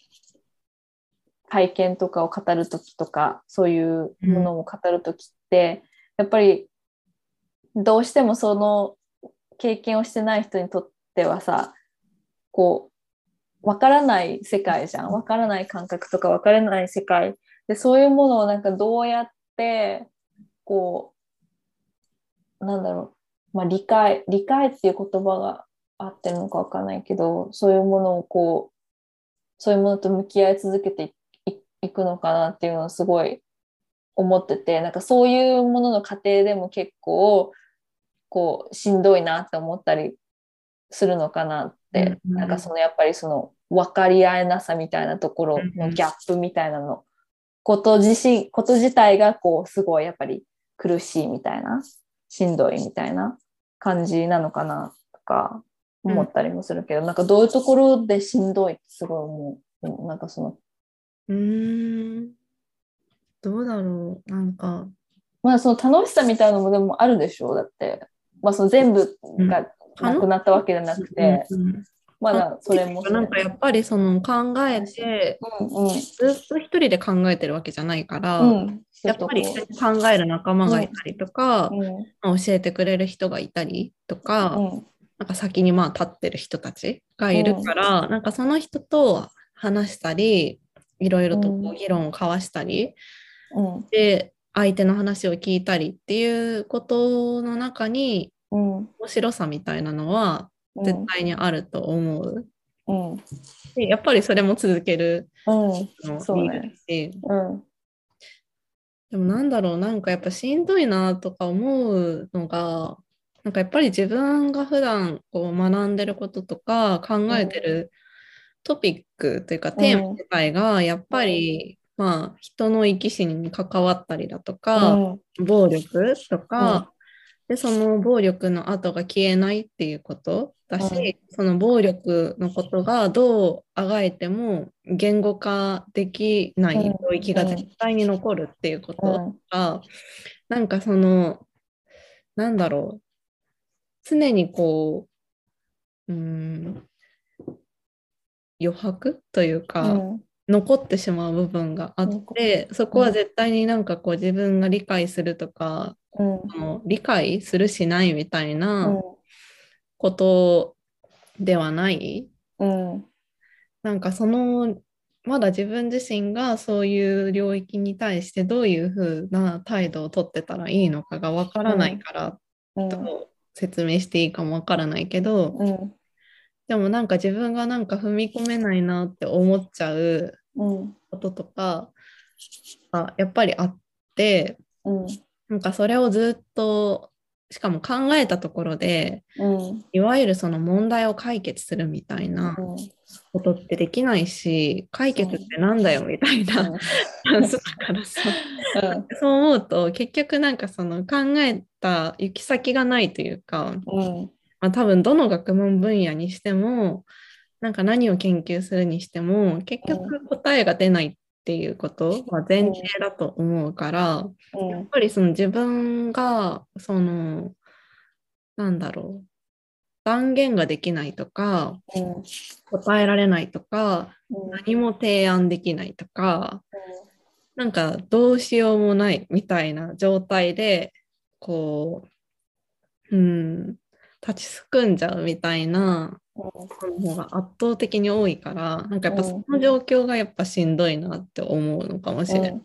体験とかを語る時とか、そういううん、 ものを語る時ってやっぱりどうしてもその経験をしてない人にとってはさ、こうわからない世界じゃん。わからない感覚とかわからない世界で、そういうものをなんかどうやってこなんだろ理解っていう言葉が合ってるのかわかんないけど、そういうものをそういうものと向き合い続けていくのかなっていうのをすごい思ってて、なんかそういうものの過程でも結構しんどいなって思ったりするのかなっうん、 て、 うん、 なんかそのやっぱりその分かり合えなさみたいなところのギャップみたいなの、こと自体がすごいやっぱり苦しいみたいな、しんどいみたいな感じなのかなとかうん、 思ったりもするけど、なんかどういうところでしんどいってすごい思う。でもなんかその、 うーん、どうだろう。なんか、 その楽しさみたいなのもでもあるでしょう。だって、その全部うん、 がなくなったわけじゃなくうん、 て、 うん。 ま楽だそれしいっていうか、なんもそう。 かやっぱりその考え話。 て、 うんうん。 ずっと一人で考えてるわけじゃないから、 うん。人やっぱりとこ一緒に考える仲間う。 がうん。 いたりとか、 うん。 教えてくれる人がいたりとか、 うん。 なんか先に立ってる人たちがいるかうん。 ら、なんかその人と話したり、いろいろとこううん。 議論を交わしたり、 うん。 で、相手の話を聞いたりっていうことの中に、 うん。 面白さみたいなのは絶うん。 対にあると思う。 うん。 で、やっぱりそれも続けるうん。 の理由だそうね。 し、 うん。 でもなんだろう、なんかやっぱしんどいなとか思うのが、なんかやっぱり自分が普段こう学んでることとか考うん。 えてるトピックというかうテーマん。 自体がやっぱり人の生き死に関わったりだとか、 うん。 暴力とうん。 か、で、その暴力の跡が消えないっていうことだし、 うん。 その暴力のことがどうあがいても言語化できない領域が絶対に残るっていうことうん。 が、なんかその、なんだろう、常にこう、余白というか、 うん。 残ってしまう部分があっうん。 て、そこは絶対になんかこう自分が理解するとか、 うん。 理解するしないみたいな、 うん。 ことではない。 うん、 なんかまだ自分自身がそういう領域に対してどういうふうな態度をとってたらいいのかがわからないから、どうん、 う説明していいかもわからないけど、 うん、 でもなんか自分がなんか踏み込めないなって思っちゃううん、 こととかがやっぱりあって、 うん、 なんかそれをずっと、しかも考えたところで、 うん、 いわゆるその問題を解決するみたいなことってできないし、解決ってなんだよみたいなチャンスだからさ、そう思うと結局なんかその考えた行き先がないというか、まあ、多分どの学問分野にしても、なんか何を研究するにしても、結局答えが出ないっていうことは前提だと思うから、やっぱりその自分が、なんだろう、断言ができないとか、答えられないとか、何も提案できないとか、なんかどうしようもないみたいな状態で、こ立ちすくんじゃうみたいな人の方が圧倒的に多いから、なんかやっぱその状況がやっぱしんどいなって思うのかもしれない。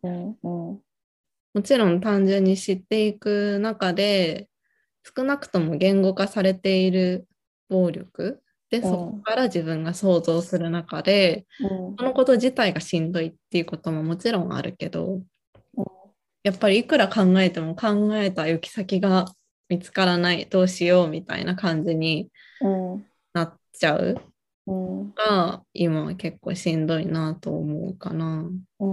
もちろん単純に知っていく中で、少なくとも言語化されている暴力で、そこから自分が想像する中で、そのこと自体がしんどいっていうことももちろんあるけど、やっぱりいくら考えても考えた行き先が見つからない、どうしようみたいな感じになっちゃうが、今は結構しんどいなと思うかな。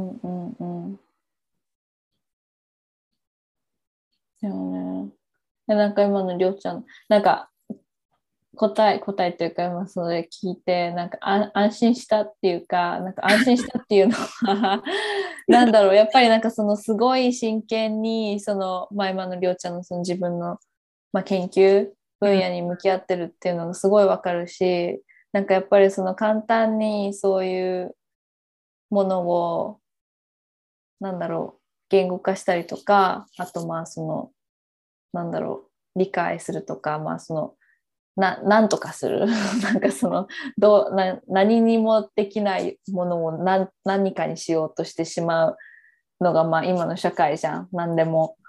でもね、なんか今のりょうちゃん、なんか答えというか、今それ聞いて、なんか安心したっていうか、なんか安心したっていうのはなんだろう、やっぱりなんかそのすごい真剣に、今のりょうちゃんのその自分の、研究分野に向き合ってるっていうのがすごいわかるし、なんかやっぱりその簡単にそういうものを、なんだろう、言語化したりとか、あとなんだろ理解するとか、なんとかするなんか何にもできないものを何かにしようとしてしまうのが、今の社会じゃん。何でも、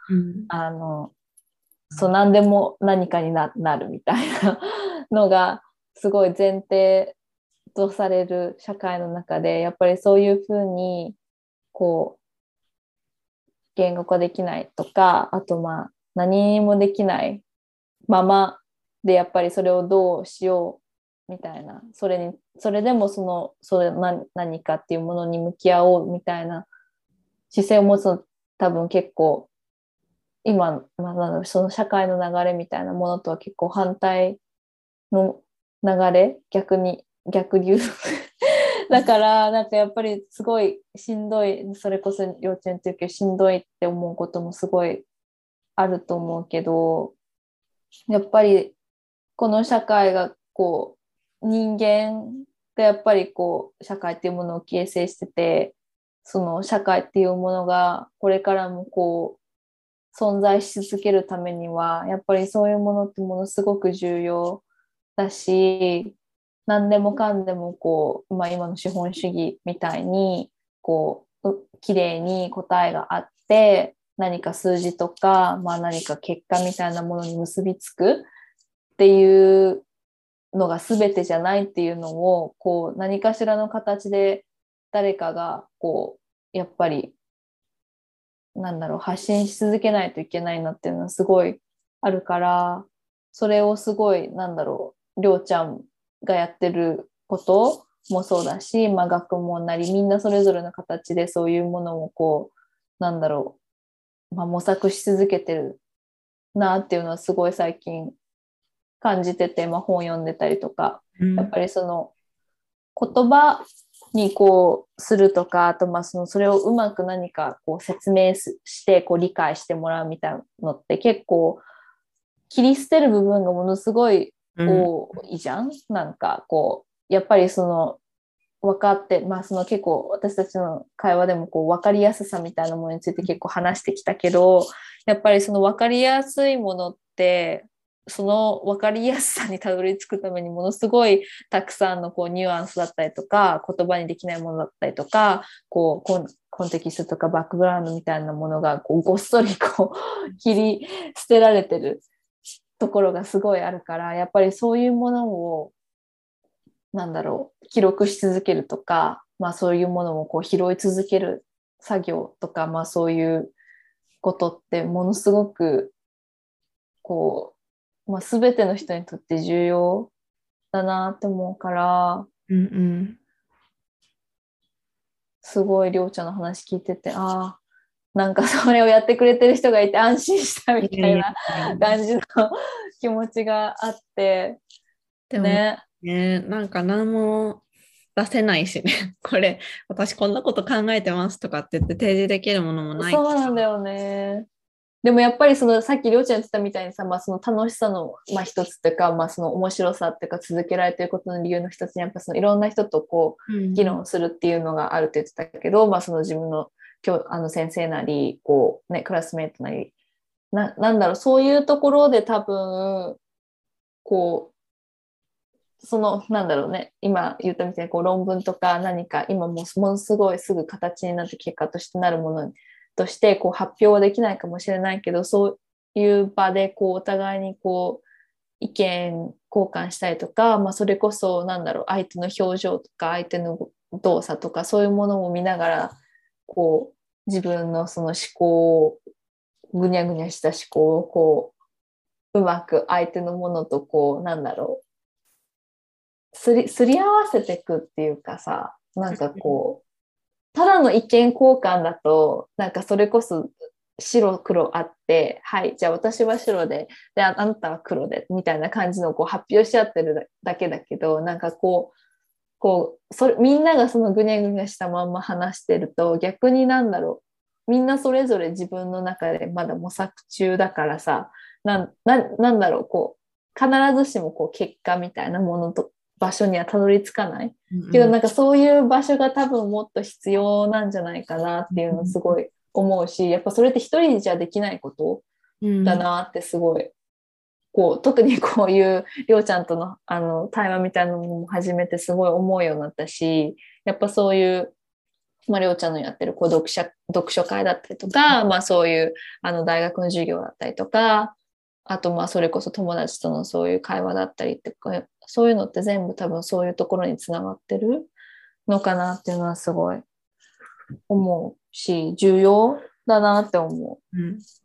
何でも何かになるみたいなのがすごい前提とされる社会の中で、やっぱりそういうふうにこう言語化できないとか、あと何にもできないままで、やっぱりそれをどうしようみたいな、それでも何かっていうものに向き合おうみたいな姿勢を持つの、多分結構今、その社会の流れみたいなものとは結構反対の流れ、逆流だからなんかやっぱりすごいしんどい、それこそ幼稚園の時しんどいって思うこともすごいあると思うけど、やっぱりこの社会が人間がやっぱり社会っていうものを形成してて、その社会っていうものがこれからも存在し続けるためには、やっぱりそういうものってものすごく重要だし、何でもかんでも今の資本主義みたいに綺麗に答えがあって、何か数字とか、何か結果みたいなものに結びつくっていうのが全てじゃないっていうのを何かしらの形で誰かがやっぱり発信し続けないといけないなっていうのはすごいあるから、それをすごいりょうちゃんがやってることもそうだし、学問なりみんなそれぞれの形でそういうものを模索し続けてるなっていうのはすごい最近感じてて、本読んでたりとか、やっぱりその言葉にするとか、あとそれをうまく何か説明して理解してもらうみたいなのって結構切り捨てる部分がものすごい多いじゃん。なんかやっぱり分かって、結構私たちの会話でも分かりやすさみたいなものについて結構話してきたけど、やっぱりその分かりやすいものってその分かりやすさにたどり着くためにものすごいたくさんのこうニュアンスだったりとか言葉にできないものだったりとかこうコンテキストとかバックグラウンドみたいなものがこうごっそりこう切り捨てられてるところがすごいあるから、やっぱりそういうものをなんだろう記録し続けるとか、まあ、そういうものをこう拾い続ける作業とか、まあ、そういうことってものすごくこう、まあ、全ての人にとって重要だなって思うから、 うんうん、 すごいりょうちゃんの話聞いてて、ああなんかそれをやってくれてる人がいて安心したみたいな感じの気持ちがあってでもね、なんか何も出せないしねこれ私こんなこと考えてますとかって言って提示できるものもない。 そうなんだよね。でもやっぱりそのさっきりょうちゃん言ってたみたいにさ、まあ、その楽しさの、まあ、一つっていうか、まあ、その面白さっていうか続けられていることの理由の一つにやっぱそのいろんな人とこう議論するっていうのがあるって言ってたけど、まあ、その自分の先生なりこう、ね、クラスメートなりなんだろうそういうところで多分こうそのなんだろうね今言ったみたいにこう論文とか何か今ものすごいすぐ形になって結果としてなるものとしてこう発表はできないかもしれないけど、そういう場でこうお互いにこう意見交換したりとか、まあ、それこそなんだろう相手の表情とか相手の動作とかそういうものを見ながらこう自分のその思考をぐにゃぐにゃした思考をこううまく相手のものとこうなんだろうすり合わせていくっていうかさ、なんかこうただの意見交換だとなんかそれこそ白黒あってはいじゃあ私は白であなたは黒でみたいな感じのこう発表し合ってるだけだけど、なんかこうそれみんながそのぐにゃぐにゃしたまんま話してると逆になんだろうみんなそれぞれ自分の中でまだ模索中だからさ、なんだろうこう必ずしもこう結果みたいなものと場所にはたどり着かない、けどなんかそういう場所が多分もっと必要なんじゃないかなっていうのをすごい思うし、やっぱそれって一人じゃできないことだなってすごいこう特にこういうりょうちゃんとの対話みたいなのも始めてすごい思うようになったし、やっぱそういうりょうちゃんのやってるこう読書会だったりとか、まあ、そういう大学の授業だったりとか、あとまあそれこそ友達とのそういう会話だったりってそういうのって全部多分そういうところにつながってるのかなっていうのはすごい思うし重要だなって思う。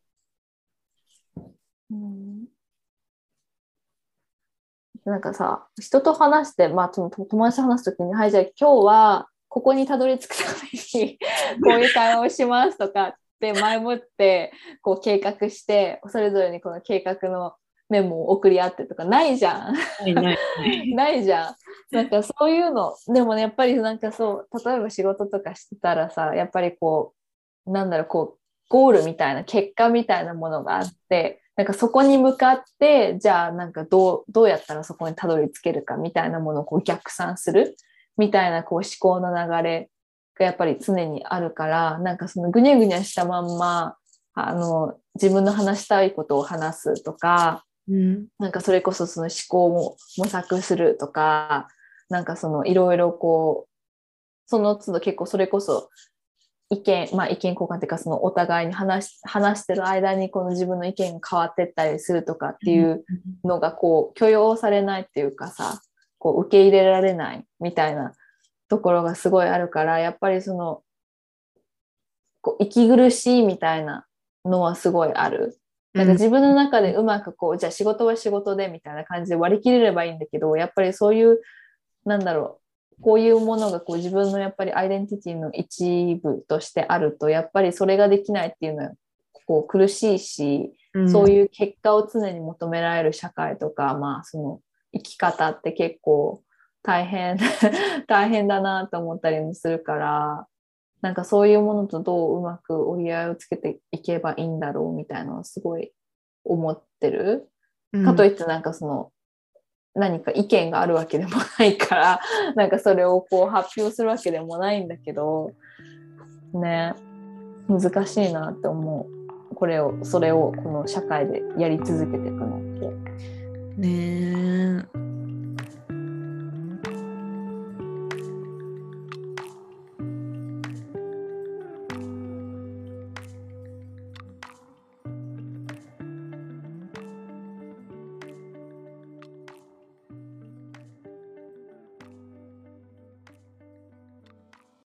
なんかさ人と話して、まあ、その友達と話すときにはいじゃあ今日はここにたどり着くためにこういう会話をしますとかって前もってこう計画してそれぞれにこの計画のメモを送り合ってとかないじゃん。ないじゃん。なんかそういうのでもねやっぱりなんかそう例えば仕事とかしてたらさやっぱりこうなんだろうこうゴールみたいな結果みたいなものがあってなんかそこに向かってじゃあなんかどうやったらそこにたどり着けるかみたいなものをこう逆算するみたいなこう思考の流れがやっぱり常にあるからなんかそのぐにゃぐにゃしたまんま自分の話したいことを話すとか、なんかそれこそその思考を模索するとかなんかそのいろいろこうその都度結構それこそ意見交換っていうかそのお互いに話してる間にこの自分の意見が変わってったりするとかっていうのがこう許容されないっていうかさこう受け入れられないみたいなところがすごいあるからやっぱりそのこう息苦しいみたいなのはすごいある。なんか自分の中でうまくこうじゃあ仕事は仕事でみたいな感じで割り切れればいいんだけどやっぱりそういうなんだろうこういうものがこう自分のやっぱりアイデンティティの一部としてあるとやっぱりそれができないっていうのはこう苦しいし、そういう結果を常に求められる社会とか、まあその生き方って結構大変大変だなと思ったりもするからなんかそういうものとどううまく折り合いをつけていけばいいんだろうみたいなのをすごい思ってる、かといってなんかその何か意見があるわけでもないからなんかそれをこう発表するわけでもないんだけどね難しいなって思う。 それをこの社会でやり続けていくのって。 ねえ。